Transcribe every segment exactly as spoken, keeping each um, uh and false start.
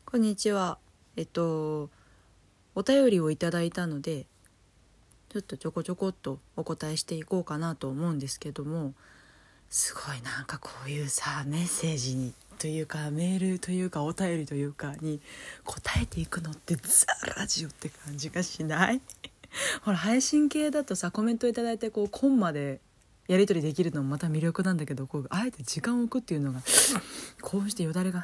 こんにちは。えっとお便りをいただいたので、ちょっとちょこちょこっとお答えしていこうかなと思うんですけども、すごいなんかこういうさ、メッセージにというかメールというかお便りというかに答えていくのってザ・ラジオって感じがしないほら、配信系だとさ、コメントいただいてこうコンマでやり取りできるのもまた魅力なんだけど、こうあえて時間を置くっていうのがこうしてよだれが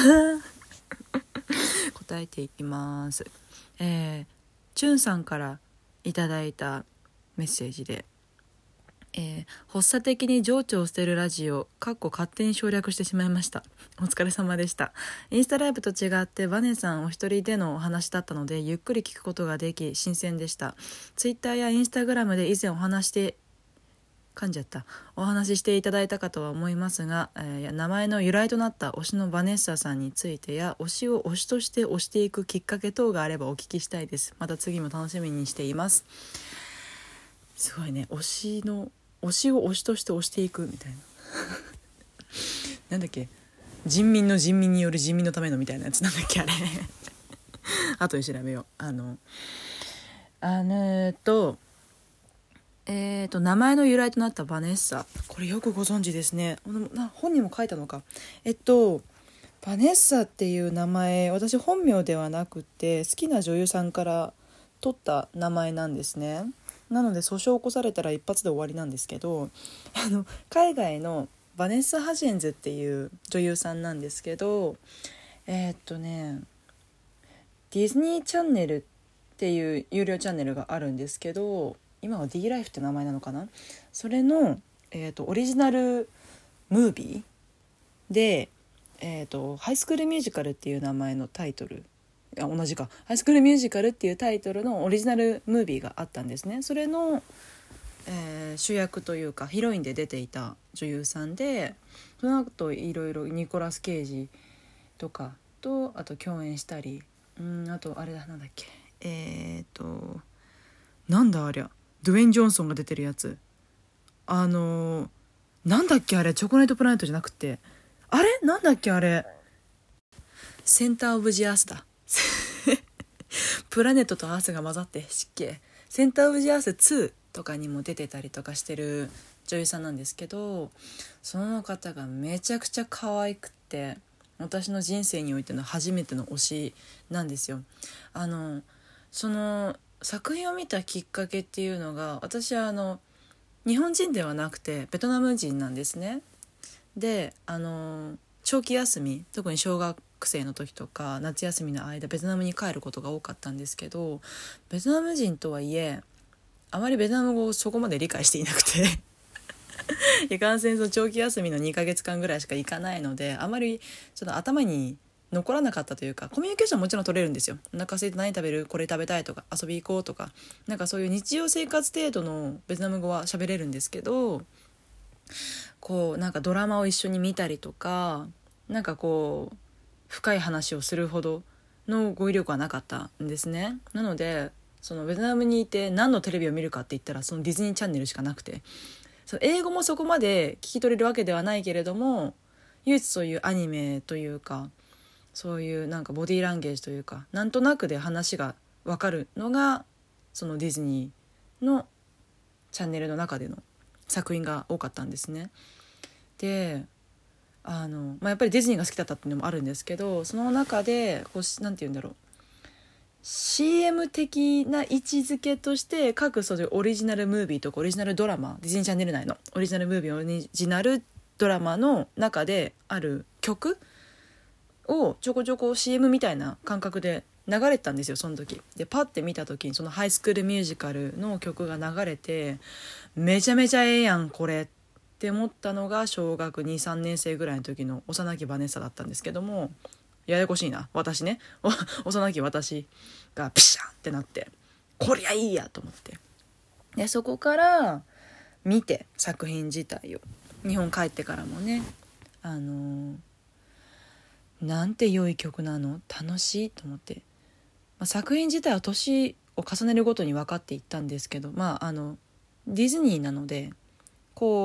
答えていきます。えー、チュンさんからいただいたメッセージで、えー、発作的に情緒を捨てるラジオかっこ勝手に省略してしまいました。お疲れ様でした。インスタライブと違ってバネさんお一人でのお話だったので、ゆっくり聞くことができ新鮮でした。ツイッターやインスタグラムで以前お話して噛んじゃったお話ししていただいたかとは思いますが、えー、名前の由来となった推しのバネッサさんについてや、推しを推しとして推していくきっかけ等があればお聞きしたいです。また次も楽しみにしています。すごいね、推しの推しを推しとして推していくみたいななんだっけ、人民の人民による人民のためのみたいなやつなんだっけあれ後で調べよう。あのあのー、とえーと名前の由来となったバネッサ、これよくご存知ですね。本にも書いたのか。えっとバネッサっていう名前、私本名ではなくて好きな女優さんから取った名前なんですね。なので訴訟を起こされたら一発で終わりなんですけど、あの海外のバネッサ・ハジェンズっていう女優さんなんですけど、えーっとねディズニーチャンネルっていう有料チャンネルがあるんですけど、今は D ライフって名前なのかな。それの、えーと、オリジナルムービーで、えーと、ハイスクールミュージカルっていう名前のタイトル、いや同じか、ハイスクールミュージカルっていうタイトルのオリジナルムービーがあったんですね。それの、えー、主役というかヒロインで出ていた女優さんで、その後いろいろニコラス・ケイジとかとあと共演したり、うんあとあれだ、なんだっけ、えーとなんだありゃ、ドゥエイン・ジョンソンが出てるやつ、あのー、なんだっけあれ、チョコレートプラネットじゃなくて、あれなんだっけあれ、センターオブジアースだプラネットとアースが混ざってしっけ、センターオブジアースツーとかにも出てたりとかしてる女優さんなんですけど、その方がめちゃくちゃ可愛くって、私の人生においての初めての推しなんですよ。あのその作品を見たきっかけっていうのが、私はあの日本人ではなくてベトナム人なんですね。で、あの長期休み、特に小学生の時とか夏休みの間ベトナムに帰ることが多かったんですけど、ベトナム人とはいえあまりベトナム語をそこまで理解していなくていかんせんその長期休みのにかげつかんぐらいしか行かないので、あまりちょっと頭に残らなかったというか、コミュニケーションはもちろん取れるんですよ。お腹空いて何食べる、これ食べたいとか、遊び行こうとか、なんかそういう日常生活程度のベトナム語は喋れるんですけど、こうなんかドラマを一緒に見たりとか、なんかこう深い話をするほどの語彙力はなかったんですね。なのでそのベトナムにいて何のテレビを見るかって言ったら、そのディズニーチャンネルしかなくて、その英語もそこまで聞き取れるわけではないけれども、唯一そういうアニメというか、そういうなんかボディーランゲージというか、なんとなくで話が分かるのがそのディズニーのチャンネルの中での作品が多かったんですね。で、あの、まあ、やっぱりディズニーが好きだったっていうのもあるんですけど、その中でこうなんて言うんだろう、 シーエム 的な位置づけとして各そういうオリジナルムービーとかオリジナルドラマ、ディズニーチャンネル内のオリジナルムービーオリジナルドラマの中である曲をちょこちょこ シーエム みたいな感覚で流れてたんですよ、その時で。パッて見た時にそのハイスクールミュージカルの曲が流れて、めちゃめちゃええやんこれって思ったのが小学に、さんねん生ぐらいの時の幼きバネッサだったんですけども、ややこしいな、私ね幼き私がピシャンってなって、こりゃいいやと思って、でそこから見て作品自体を、日本帰ってからもね、あのーなんて良い曲なの、楽しいと思って、まあ、作品自体は年を重ねるごとに分かっていったんですけど、まああのディズニーなのでこう、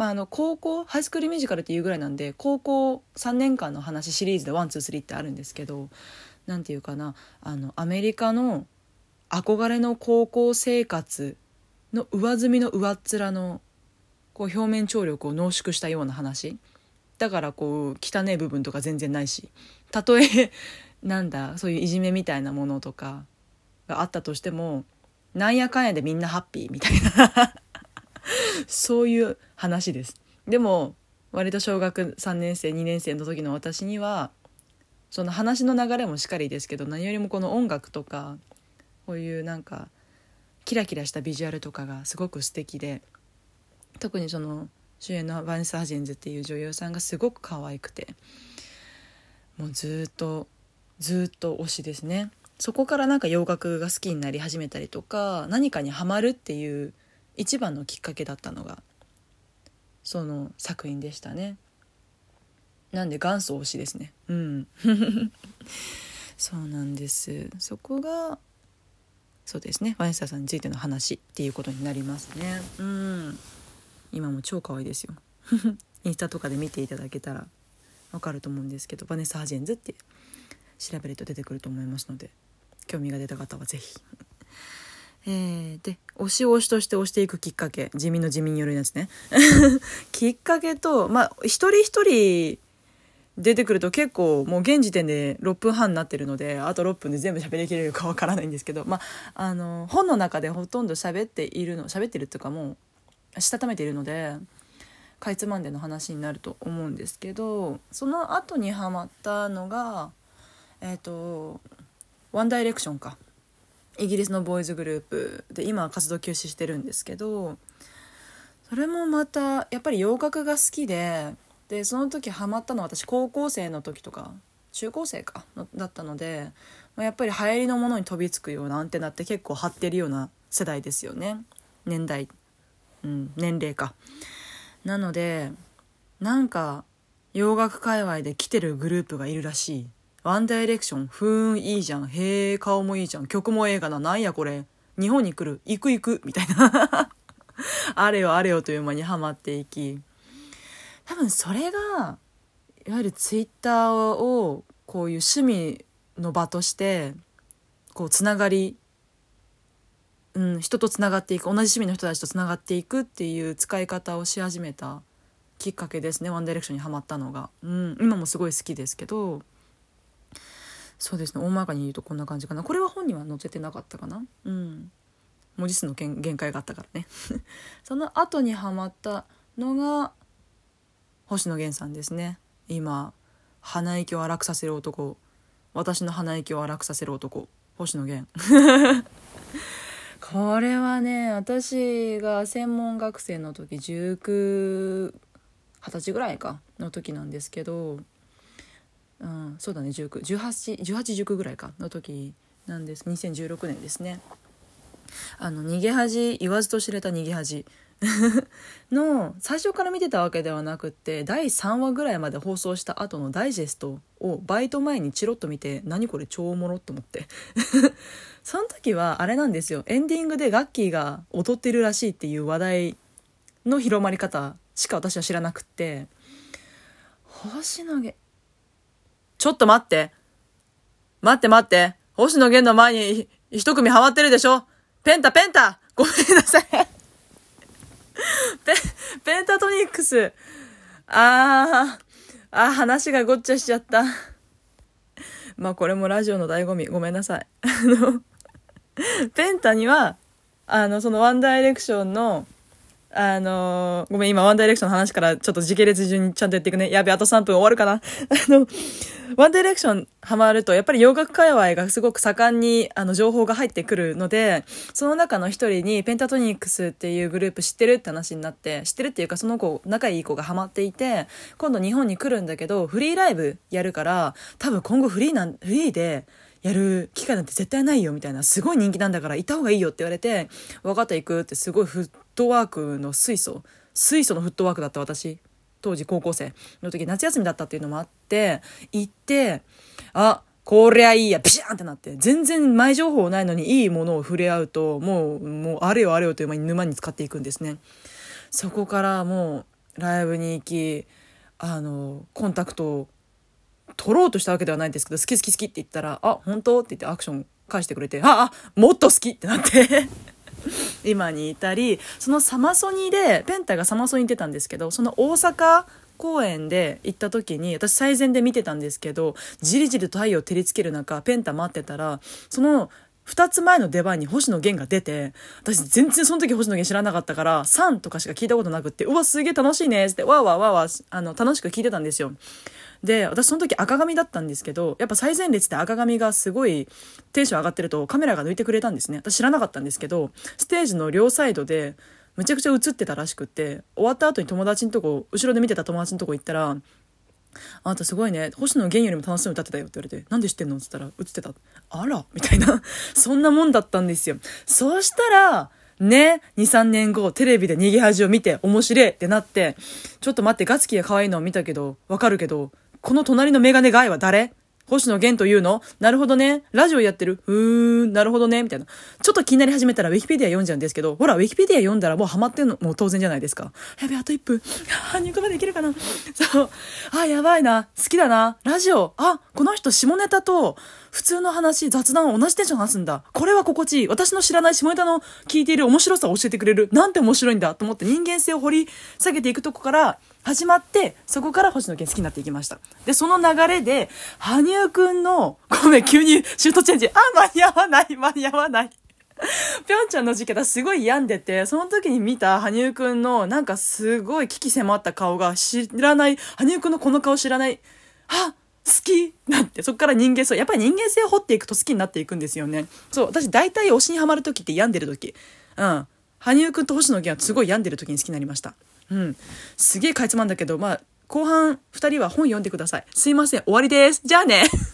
まあ、あの高校ハイスクールミュージカルっていうぐらいなんで高校さんねんかんの話シリーズでワンツースリーってあるんですけど、なんていうかな、あのアメリカの憧れの高校生活の上積みの上っ面のこう表面張力を濃縮したような話だから、こう汚い部分とか全然ないし、たとえなんだそういういじめみたいなものとかがあったとしてもなんやかんやでみんなハッピーみたいなそういう話です。でも割と小学さんねん生にねん生の時の私にはその話の流れもしっかりですけど、何よりもこの音楽とかこういうなんかキラキラしたビジュアルとかがすごく素敵で、特にその主演のヴァネス・ハジェンズっていう女優さんがすごく可愛くて、もうずっとずっと推しですね。そこからなんか洋楽が好きになり始めたりとか、何かにハマるっていう一番のきっかけだったのがその作品でしたね。なんで元祖推しですね。うんそうなんです。そこがそうですね、ヴァネッサさんについての話っていうことになりますね。うん、今も超可愛いですよインスタとかで見ていただけたらわかると思うんですけど、ヴァネッサ・ハジェンズって調べると出てくると思いますので、興味が出た方はぜひえー、で推し推しとして推していくきっかけ、地味の地味によるやつねきっかけと、まあ一人一人出てくると結構もう現時点でろっぷんはんになってるので、あとろっぷんで全部喋りきれるかわからないんですけど、まあ、あの本の中でほとんど喋っているの喋ってるっていうかもうしたためているのでかいつまんでの話になると思うんですけど、その後にハマったのがえっとワンダイレクションか、イギリスのボーイズグループで今は活動休止してるんですけど、それもまたやっぱり洋楽が好きで、でその時ハマったのは私高校生の時とか中高生かのだったので、まあ、やっぱり流行りのものに飛びつくようなアンテナって結構張ってるような世代ですよね、年代、うん、年齢か。なのでなんか洋楽界隈で来てるグループがいるらしい。ワンダイレクション、ふーんいいじゃん、へー顔もいいじゃん、曲も映画な、なんやこれ、日本に来る、行く行くみたいなあれよあれよという間にハマっていき、多分それがいわゆるツイッターをこういう趣味の場としてこうつながり、うん、人とつながっていく、同じ趣味の人たちとつながっていくっていう使い方をし始めたきっかけですね、ワンダイレクションにハマったのが。うん、今もすごい好きですけど、そうですね、大まかに言うとこんな感じかな。これは本には載せてなかったかな、うん、文字数の限界があったからねその後にハマったのが星野源さんですね。今鼻息を荒くさせる男、私の鼻息を荒くさせる男、星野源これはね、私が専門学生の時じゅうきゅう、はたちぐらいかの時なんですけど、うん、そうだね、じゅうきゅう、じゅうはち、じゅうはち、じゅうきゅうぐらいかの時なんです。にせんじゅうろくねんですね。あの逃げ恥、言わずと知れた逃げ恥の最初から見てたわけではなくって、だいさんわぐらいまで放送した後のダイジェストをバイト前にチロッと見て、何これ超おもろって思ってその時はあれなんですよ、エンディングでガッキーが踊ってるらしいっていう話題の広まり方しか私は知らなくって、星野源、ちょっと待って待って待って、星野源の前に一組ハマってるでしょ、ペンタペンタ、ごめんなさいペ, ペンタトニックス、あーあー話がごっちゃしちゃった。まあこれもラジオの醍醐味、ごめんなさい。あのペンタにはあのそのワンダイレクションのあのー、ごめん、今ワンダイレクションの話からちょっと時系列順にちゃんとやっていくね。やべ、あとさんぷん終わるかな。あのワンダイレクションハマるとやっぱり洋楽界隈がすごく盛んにあの情報が入ってくるので、その中の一人にペンタトニックスっていうグループ知ってるって話になって、知ってるっていうかその子仲いい子がハマっていて、今度日本に来るんだけどフリーライブやるから、多分今後フリーなんフリーでやる機会なんて絶対ないよみたいな、すごい人気なんだからいた方がいいよって言われて、分かった行くって、すごいフットワークの水素水素のフットワークだった私、当時高校生の時夏休みだったっていうのもあって行って、あ、こりゃいいやピシャーンってなって、全然前情報ないのにいいものを触れ合うともうもうあれよあれよという間に沼に使っていくんですね。そこからもライブに行き、あのコンタクトを取ろうとしたわけではないんですけど、好き好き好きって言ったら、あ、本当って言ってアクション返してくれて、ああもっと好きってなって今にいたり、そのサマソニでペンタがサマソニに出たんですけど、その大阪公演で行った時に私最前で見てたんですけど、じりじりと太陽照りつける中ペンタ待ってたら、そのふたつまえの出番に星野源が出て、私全然その時星野源知らなかったからさんとかしか聞いたことなくって、うわすげえ楽しいねってわーわーわーわーあの楽しく聞いてたんですよ。で私その時赤髪だったんですけど、やっぱ最前列で赤髪がすごいテンション上がってるとカメラが抜いてくれたんですね。私知らなかったんですけど、ステージの両サイドでむちゃくちゃ映ってたらしくって、終わった後に友達のとこ、後ろで見てた友達のとこ行ったら、あなたすごいね、星野源よりも楽しそうに歌ってたよって言われて、なんで知ってんのって言ったら映ってた、あらみたいなそんなもんだったんですよ。そうしたらね、にさんねんごテレビで逃げ恥を見て面白いってなって、ちょっと待って、ガツキが可愛いのを見たけどわかるけど、この隣のメガネガイは誰？星野源というの？なるほどね。ラジオやってる？うーん、なるほどね。みたいな。ちょっと気になり始めたらウィキペディア読んじゃうんですけど、ほら、ウィキペディア読んだらもうハマってんのもう当然じゃないですか。やべ、あといっぷん。あ、入までいけるかな。そう。あ、やばいな。好きだな。ラジオ。あ、この人下ネタと普通の話、雑談を同じテンション話すんだ。これは心地いい。私の知らない下ネタの聞いている面白さを教えてくれる。なんて面白いんだと思って人間性を掘り下げていくとこから始まって、そこから星野源好きになっていきました。で、その流れで、羽生くんの、ごめん、急にシュートチェンジ。あ、間に合わない、間に合わない。ぴょんちゃんの時期だ、すごい病んでて、その時に見た羽生くんの、なんかすごい危機迫った顔が知らない、羽生くんのこの顔知らない、あ、好きなって、そこから人間性、やっぱり人間性を掘っていくと好きになっていくんですよね。そう、私大体推しにハマる時って病んでる時。うん。羽生くんと星野源はすごい病んでる時に好きになりました。うん。すげえかいつまんだけど、まあ、後半ふたりは本読んでください。すいません、終わりです。じゃあね。